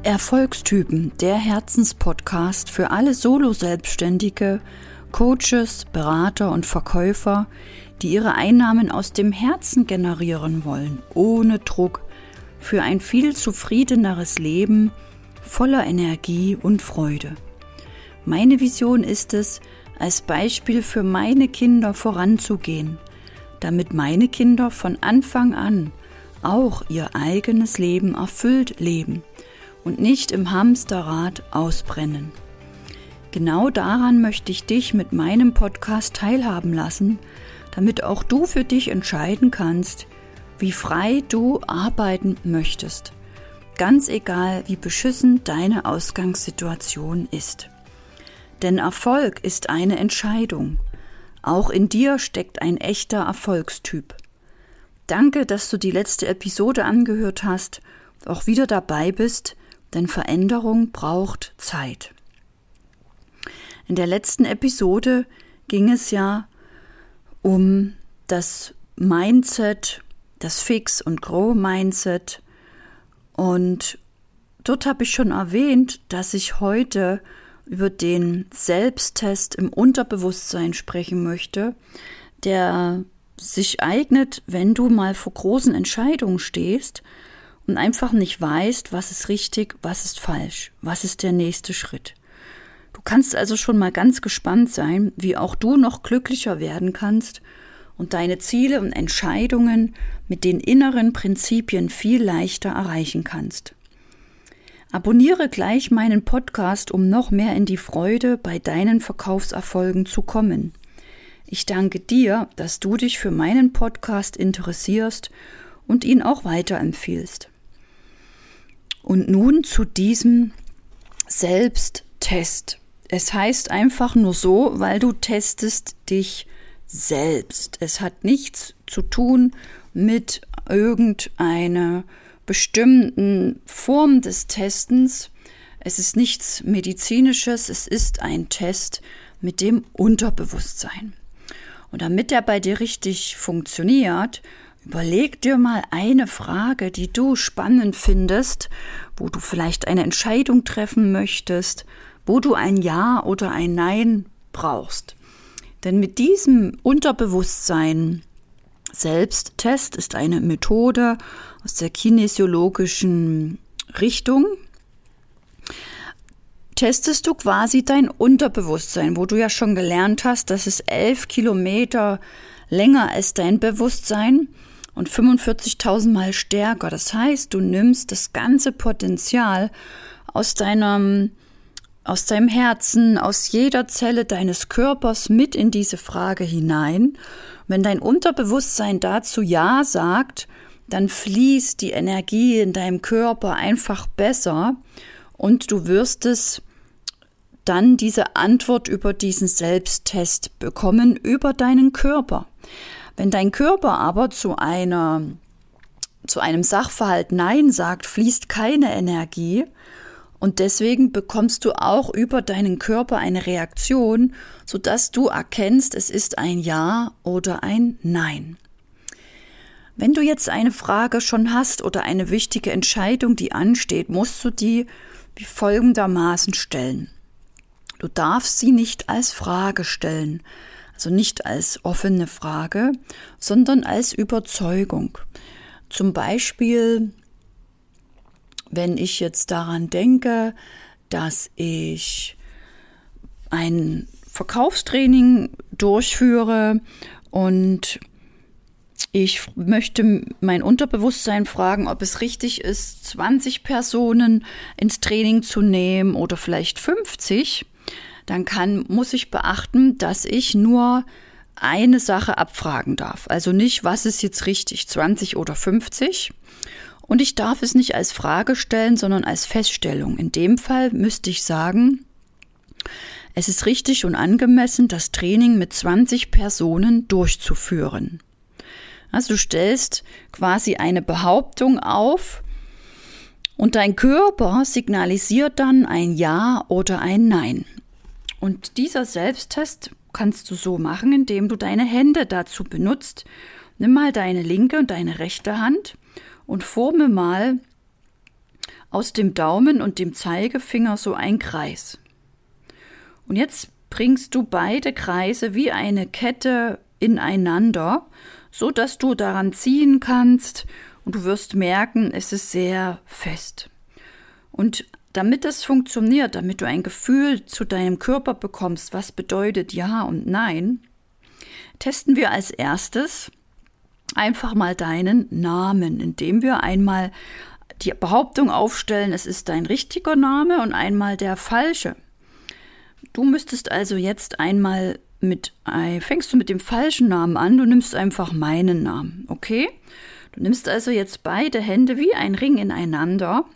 Erfolgstypen, der Herzenspodcast für alle Solo-Selbstständige, Coaches, Berater und Verkäufer, die ihre Einnahmen aus dem Herzen generieren wollen, ohne Druck, für ein viel zufriedeneres Leben, voller Energie und Freude. Meine Vision ist es, als Beispiel für meine Kinder voranzugehen, damit meine Kinder von Anfang an auch ihr eigenes Leben erfüllt leben und nicht im Hamsterrad ausbrennen. Genau daran möchte ich dich mit meinem Podcast teilhaben lassen, damit auch du für dich entscheiden kannst, wie frei du arbeiten möchtest. Ganz egal, wie beschissen deine Ausgangssituation ist. Denn Erfolg ist eine Entscheidung. Auch in dir steckt ein echter Erfolgstyp. Danke, dass du die letzte Episode angehört hast, auch wieder dabei bist, denn Veränderung braucht Zeit. In der letzten Episode ging es ja um das Mindset, das Fix- und Grow-Mindset. Und dort habe ich schon erwähnt, dass ich heute über den Selbsttest im Unterbewusstsein sprechen möchte, der sich eignet, wenn du mal vor großen Entscheidungen stehst und einfach nicht weißt, was ist richtig, was ist falsch, was ist der nächste Schritt. Du kannst also schon mal ganz gespannt sein, wie auch du noch glücklicher werden kannst und deine Ziele und Entscheidungen mit den inneren Prinzipien viel leichter erreichen kannst. Abonniere gleich meinen Podcast, um noch mehr in die Freude bei deinen Verkaufserfolgen zu kommen. Ich danke dir, dass du dich für meinen Podcast interessierst und ihn auch weiterempfiehlst. Und nun zu diesem Selbsttest. Es heißt einfach nur so, weil du testest dich selbst. Es hat nichts zu tun mit irgendeiner bestimmten Form des Testens. Es ist nichts Medizinisches, es ist ein Test mit dem Unterbewusstsein. Und damit er bei dir richtig funktioniert, überleg dir mal eine Frage, die du spannend findest, wo du vielleicht eine Entscheidung treffen möchtest, wo du ein Ja oder ein Nein brauchst. Denn mit diesem Unterbewusstsein Selbsttest ist eine Methode aus der kinesiologischen Richtung. Testest du quasi dein Unterbewusstsein, wo du ja schon gelernt hast, dass es 11 Kilometer länger ist dein Bewusstsein und 45.000 Mal stärker. Das heißt, du nimmst das ganze Potenzial aus deinem Herzen, aus jeder Zelle deines Körpers mit in diese Frage hinein. Wenn dein Unterbewusstsein dazu Ja sagt, dann fließt die Energie in deinem Körper einfach besser und du wirst es dann diese Antwort über diesen Selbsttest bekommen, über deinen Körper. Wenn dein Körper aber zu einem Sachverhalt Nein sagt, fließt keine Energie. Und deswegen bekommst du auch über deinen Körper eine Reaktion, sodass du erkennst, es ist ein Ja oder ein Nein. Wenn du jetzt eine Frage schon hast oder eine wichtige Entscheidung, die ansteht, musst du die wie folgendermaßen stellen. Du darfst sie nicht als Frage stellen, also nicht als offene Frage, sondern als Überzeugung. Zum Beispiel, wenn ich jetzt daran denke, dass ich ein Verkaufstraining durchführe und ich möchte mein Unterbewusstsein fragen, ob es richtig ist, 20 Personen ins Training zu nehmen oder vielleicht 50, dann muss ich beachten, dass ich nur eine Sache abfragen darf. Also nicht, was ist jetzt richtig, 20 oder 50. Und ich darf es nicht als Frage stellen, sondern als Feststellung. In dem Fall müsste ich sagen, es ist richtig und angemessen, das Training mit 20 Personen durchzuführen. Also du stellst quasi eine Behauptung auf und dein Körper signalisiert dann ein Ja oder ein Nein. Und dieser Selbsttest kannst du so machen, indem du deine Hände dazu benutzt. Nimm mal deine linke und deine rechte Hand und forme mal aus dem Daumen und dem Zeigefinger so ein Kreis. Und jetzt bringst du beide Kreise wie eine Kette ineinander, so dass du daran ziehen kannst und du wirst merken, es ist sehr fest. Und damit das funktioniert, damit du ein Gefühl zu deinem Körper bekommst, was bedeutet Ja und Nein, testen wir als erstes einfach mal deinen Namen, indem wir einmal die Behauptung aufstellen, es ist dein richtiger Name und einmal der falsche. Du müsstest also jetzt einmal fängst du mit dem falschen Namen an, du nimmst einfach meinen Namen, okay? Du nimmst also jetzt beide Hände wie ein Ring ineinander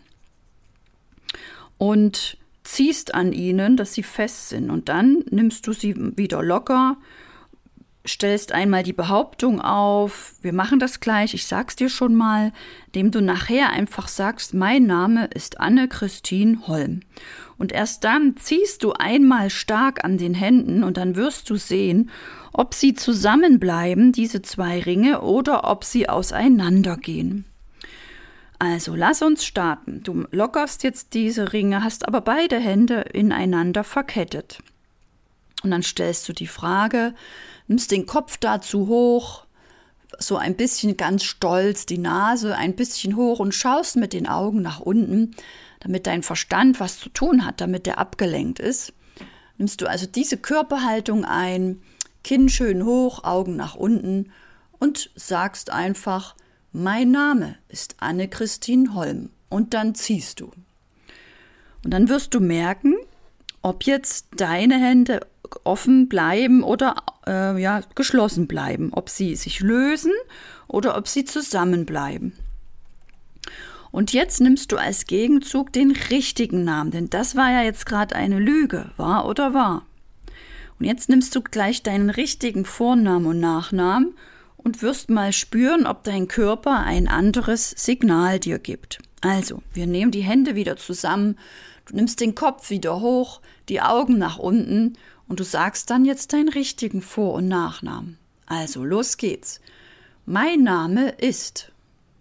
und ziehst an ihnen, dass sie fest sind. Und dann nimmst du sie wieder locker, stellst einmal die Behauptung auf, wir machen das gleich, ich sag's dir schon mal, indem du nachher einfach sagst, mein Name ist Anne-Christine Holm. Und erst dann ziehst du einmal stark an den Händen und dann wirst du sehen, ob sie zusammenbleiben, diese zwei Ringe, oder ob sie auseinandergehen. Also, lass uns starten. Du lockerst jetzt diese Ringe, hast aber beide Hände ineinander verkettet. Und dann stellst du die Frage, nimmst den Kopf dazu hoch, so ein bisschen ganz stolz, die Nase ein bisschen hoch und schaust mit den Augen nach unten, damit dein Verstand was zu tun hat, damit der abgelenkt ist. Nimmst du also diese Körperhaltung ein, Kinn schön hoch, Augen nach unten und sagst einfach, mein Name ist Anne-Christine Holm. Und dann ziehst du. Und dann wirst du merken, ob jetzt deine Hände offen bleiben oder geschlossen bleiben, ob sie sich lösen oder ob sie zusammenbleiben. Und jetzt nimmst du als Gegenzug den richtigen Namen, denn das war ja jetzt gerade eine Lüge, wahr oder wahr? Und jetzt nimmst du gleich deinen richtigen Vornamen und Nachnamen und wirst mal spüren, ob dein Körper ein anderes Signal dir gibt. Also, wir nehmen die Hände wieder zusammen, du nimmst den Kopf wieder hoch, die Augen nach unten und du sagst dann jetzt deinen richtigen Vor- und Nachnamen. Also, los geht's. Mein Name ist.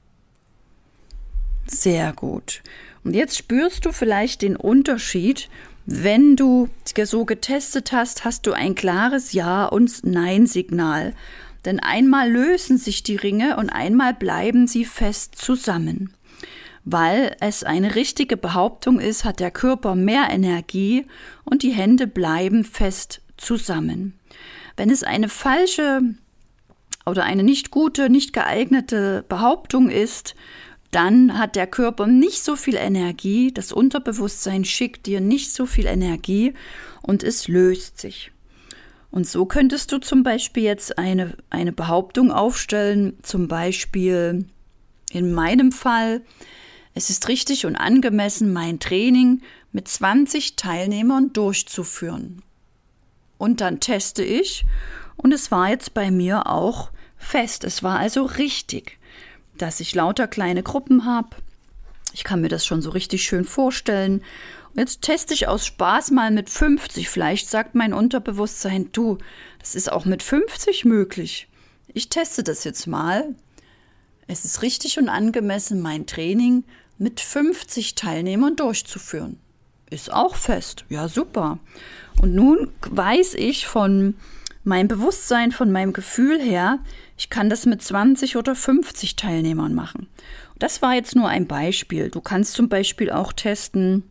Sehr gut. Und jetzt spürst du vielleicht den Unterschied. Wenn du so getestet hast, hast du ein klares Ja- und Nein-Signal. Denn einmal lösen sich die Ringe und einmal bleiben sie fest zusammen. Weil es eine richtige Behauptung ist, hat der Körper mehr Energie und die Hände bleiben fest zusammen. Wenn es eine falsche oder eine nicht gute, nicht geeignete Behauptung ist, dann hat der Körper nicht so viel Energie, das Unterbewusstsein schickt dir nicht so viel Energie und es löst sich. Und so könntest du zum Beispiel jetzt eine Behauptung aufstellen, zum Beispiel in meinem Fall, es ist richtig und angemessen, mein Training mit 20 Teilnehmern durchzuführen. Und dann teste ich und es war jetzt bei mir auch fest, es war also richtig, dass ich lauter kleine Gruppen habe. Ich kann mir das schon so richtig schön vorstellen. Und jetzt teste ich aus Spaß mal mit 50. Vielleicht sagt mein Unterbewusstsein, du, das ist auch mit 50 möglich. Ich teste das jetzt mal. Es ist richtig und angemessen, mein Training mit 50 Teilnehmern durchzuführen. Ist auch fest. Ja, super. Und nun weiß ich von meinem Bewusstsein, von meinem Gefühl her, ich kann das mit 20 oder 50 Teilnehmern machen. Das war jetzt nur ein Beispiel. Du kannst zum Beispiel auch testen,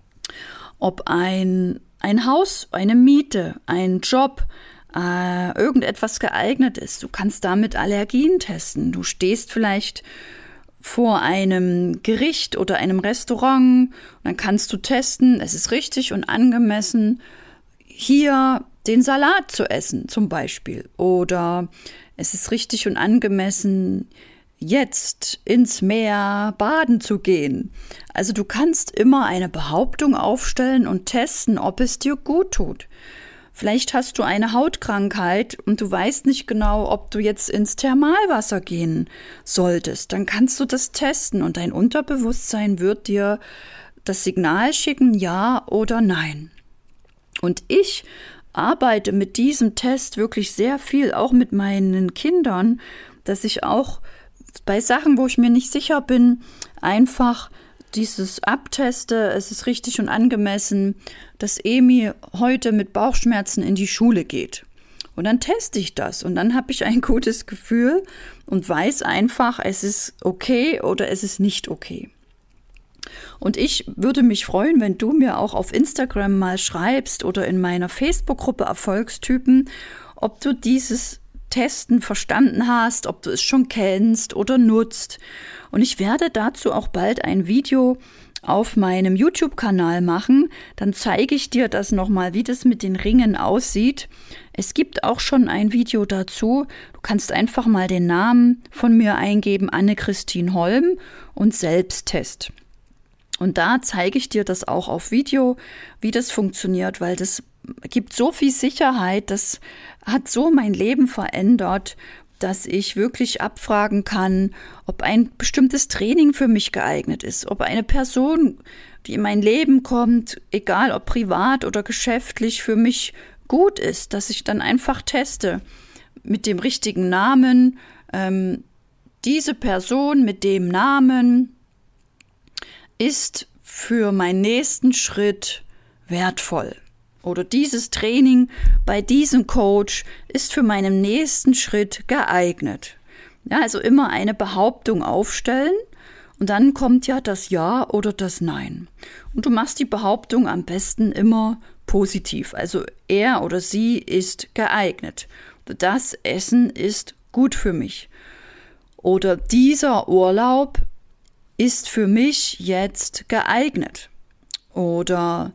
ob ein Haus, eine Miete, ein Job, irgendetwas geeignet ist. Du kannst damit Allergien testen. Du stehst vielleicht vor einem Gericht oder einem Restaurant und dann kannst du testen, es ist richtig und angemessen, hier den Salat zu essen zum Beispiel. Oder es ist richtig und angemessen, jetzt ins Meer baden zu gehen. Also du kannst immer eine Behauptung aufstellen und testen, ob es dir gut tut. Vielleicht hast du eine Hautkrankheit und du weißt nicht genau, ob du jetzt ins Thermalwasser gehen solltest. Dann kannst du das testen und dein Unterbewusstsein wird dir das Signal schicken, ja oder nein. Und ich arbeite mit diesem Test wirklich sehr viel, auch mit meinen Kindern, dass ich auch bei Sachen, wo ich mir nicht sicher bin, einfach dieses abteste, es ist richtig und angemessen, dass Emi heute mit Bauchschmerzen in die Schule geht. Und dann teste ich das und dann habe ich ein gutes Gefühl und weiß einfach, es ist okay oder es ist nicht okay. Und ich würde mich freuen, wenn du mir auch auf Instagram mal schreibst oder in meiner Facebook-Gruppe Erfolgstypen, ob du dieses Testen verstanden hast, ob du es schon kennst oder nutzt. Und ich werde dazu auch bald ein Video auf meinem YouTube-Kanal machen. Dann zeige ich dir das nochmal, wie das mit den Ringen aussieht. Es gibt auch schon ein Video dazu. Du kannst einfach mal den Namen von mir eingeben, Anne-Christine Holm und Selbsttest. Und da zeige ich dir das auch auf Video, wie das funktioniert, weil das gibt so viel Sicherheit, das hat so mein Leben verändert, dass ich wirklich abfragen kann, ob ein bestimmtes Training für mich geeignet ist, ob eine Person, die in mein Leben kommt, egal ob privat oder geschäftlich, für mich gut ist, dass ich dann einfach teste mit dem richtigen Namen, diese Person mit dem Namen ist für meinen nächsten Schritt wertvoll. Oder dieses Training bei diesem Coach ist für meinen nächsten Schritt geeignet. Ja, also immer eine Behauptung aufstellen und dann kommt ja das Ja oder das Nein. Und du machst die Behauptung am besten immer positiv. Also er oder sie ist geeignet. Das Essen ist gut für mich. Oder dieser Urlaub ist für mich jetzt geeignet. Oder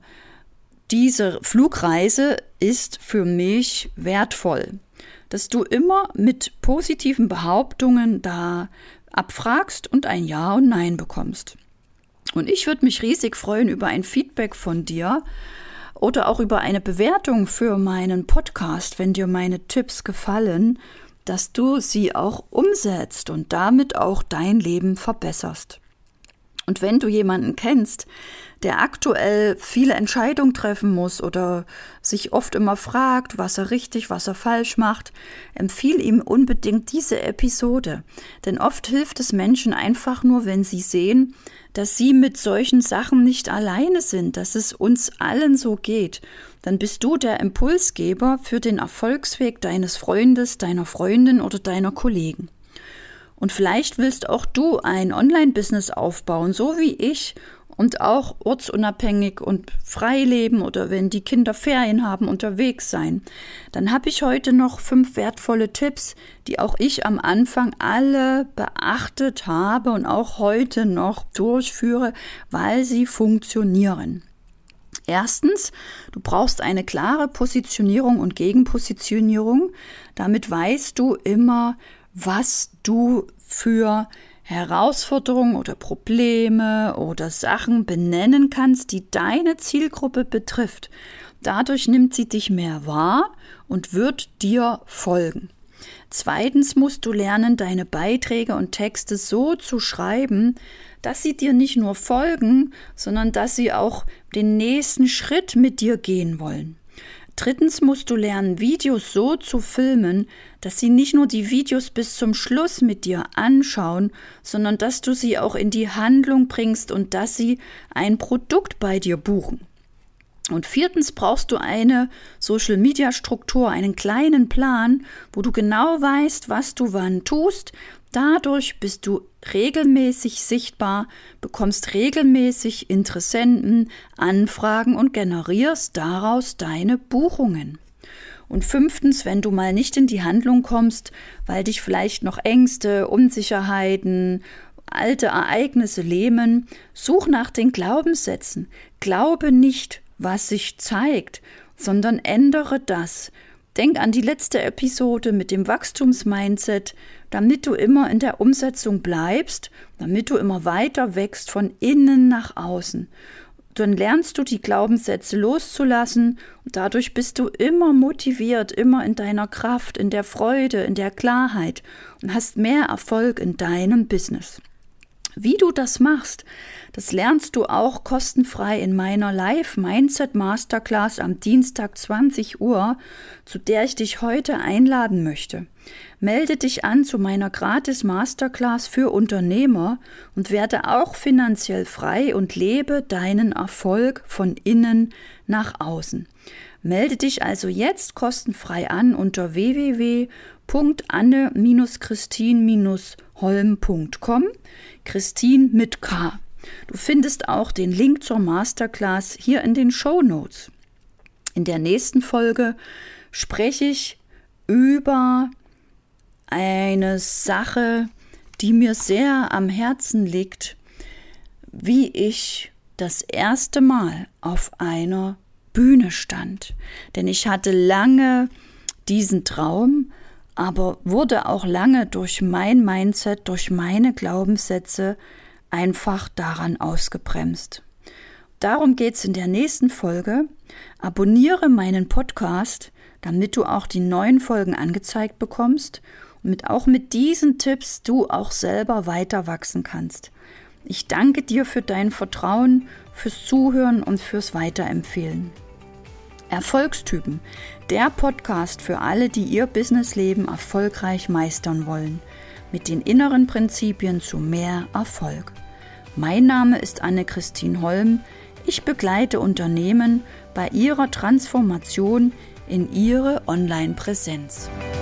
diese Flugreise ist für mich wertvoll. Dass du immer mit positiven Behauptungen da abfragst und ein Ja und Nein bekommst. Und ich würde mich riesig freuen über ein Feedback von dir oder auch über eine Bewertung für meinen Podcast, wenn dir meine Tipps gefallen, dass du sie auch umsetzt und damit auch dein Leben verbesserst. Und wenn du jemanden kennst, der aktuell viele Entscheidungen treffen muss oder sich oft immer fragt, was er richtig, was er falsch macht, empfiehl ihm unbedingt diese Episode. Denn oft hilft es Menschen einfach nur, wenn sie sehen, dass sie mit solchen Sachen nicht alleine sind, dass es uns allen so geht. Dann bist du der Impulsgeber für den Erfolgsweg deines Freundes, deiner Freundin oder deiner Kollegen. Und vielleicht willst auch du ein Online-Business aufbauen, so wie ich, und auch ortsunabhängig und frei leben oder wenn die Kinder Ferien haben, unterwegs sein. Dann habe ich heute noch 5 wertvolle Tipps, die auch ich am Anfang alle beachtet habe und auch heute noch durchführe, weil sie funktionieren. Erstens, du brauchst eine klare Positionierung und Gegenpositionierung. Damit weißt du immer, was du für Herausforderungen oder Probleme oder Sachen benennen kannst, die deine Zielgruppe betrifft. Dadurch nimmt sie dich mehr wahr und wird dir folgen. Zweitens musst du lernen, deine Beiträge und Texte so zu schreiben, dass sie dir nicht nur folgen, sondern dass sie auch den nächsten Schritt mit dir gehen wollen. Drittens musst du lernen, Videos so zu filmen, dass sie nicht nur die Videos bis zum Schluss mit dir anschauen, sondern dass du sie auch in die Handlung bringst und dass sie ein Produkt bei dir buchen. Und viertens brauchst du eine Social-Media-Struktur, einen kleinen Plan, wo du genau weißt, was du wann tust. Dadurch bist du regelmäßig sichtbar, bekommst regelmäßig Interessenten, Anfragen und generierst daraus deine Buchungen. Und fünftens, wenn du mal nicht in die Handlung kommst, weil dich vielleicht noch Ängste, Unsicherheiten, alte Ereignisse lähmen, such nach den Glaubenssätzen. Glaube nicht, was sich zeigt, sondern ändere das. Denk an die letzte Episode mit dem Wachstumsmindset, damit du immer in der Umsetzung bleibst, damit du immer weiter wächst von innen nach außen. Dann lernst du die Glaubenssätze loszulassen und dadurch bist du immer motiviert, immer in deiner Kraft, in der Freude, in der Klarheit und hast mehr Erfolg in deinem Business. Wie du das machst, das lernst du auch kostenfrei in meiner Live-Mindset-Masterclass am Dienstag 20 Uhr, zu der ich dich heute einladen möchte. Melde dich an zu meiner Gratis-Masterclass für Unternehmer und werde auch finanziell frei und lebe deinen Erfolg von innen nach außen. Melde dich also jetzt kostenfrei an unter www.anne-christin-holm.com, Christin mit K. Du findest auch den Link zur Masterclass hier in den Shownotes. In der nächsten Folge spreche ich über eine Sache, die mir sehr am Herzen liegt, wie ich das erste Mal auf einer Bühne stand. Denn ich hatte lange diesen Traum, aber wurde auch lange durch mein Mindset, durch meine Glaubenssätze einfach daran ausgebremst. Darum geht es in der nächsten Folge. Abonniere meinen Podcast, damit du auch die neuen Folgen angezeigt bekommst und auch mit diesen Tipps du auch selber weiter wachsen kannst. Ich danke dir für dein Vertrauen, fürs Zuhören und fürs Weiterempfehlen. Erfolgstypen, der Podcast für alle, die ihr Businessleben erfolgreich meistern wollen, mit den inneren Prinzipien zu mehr Erfolg. Mein Name ist Anne-Christin Holm. Ich begleite Unternehmen bei ihrer Transformation in ihre Online-Präsenz.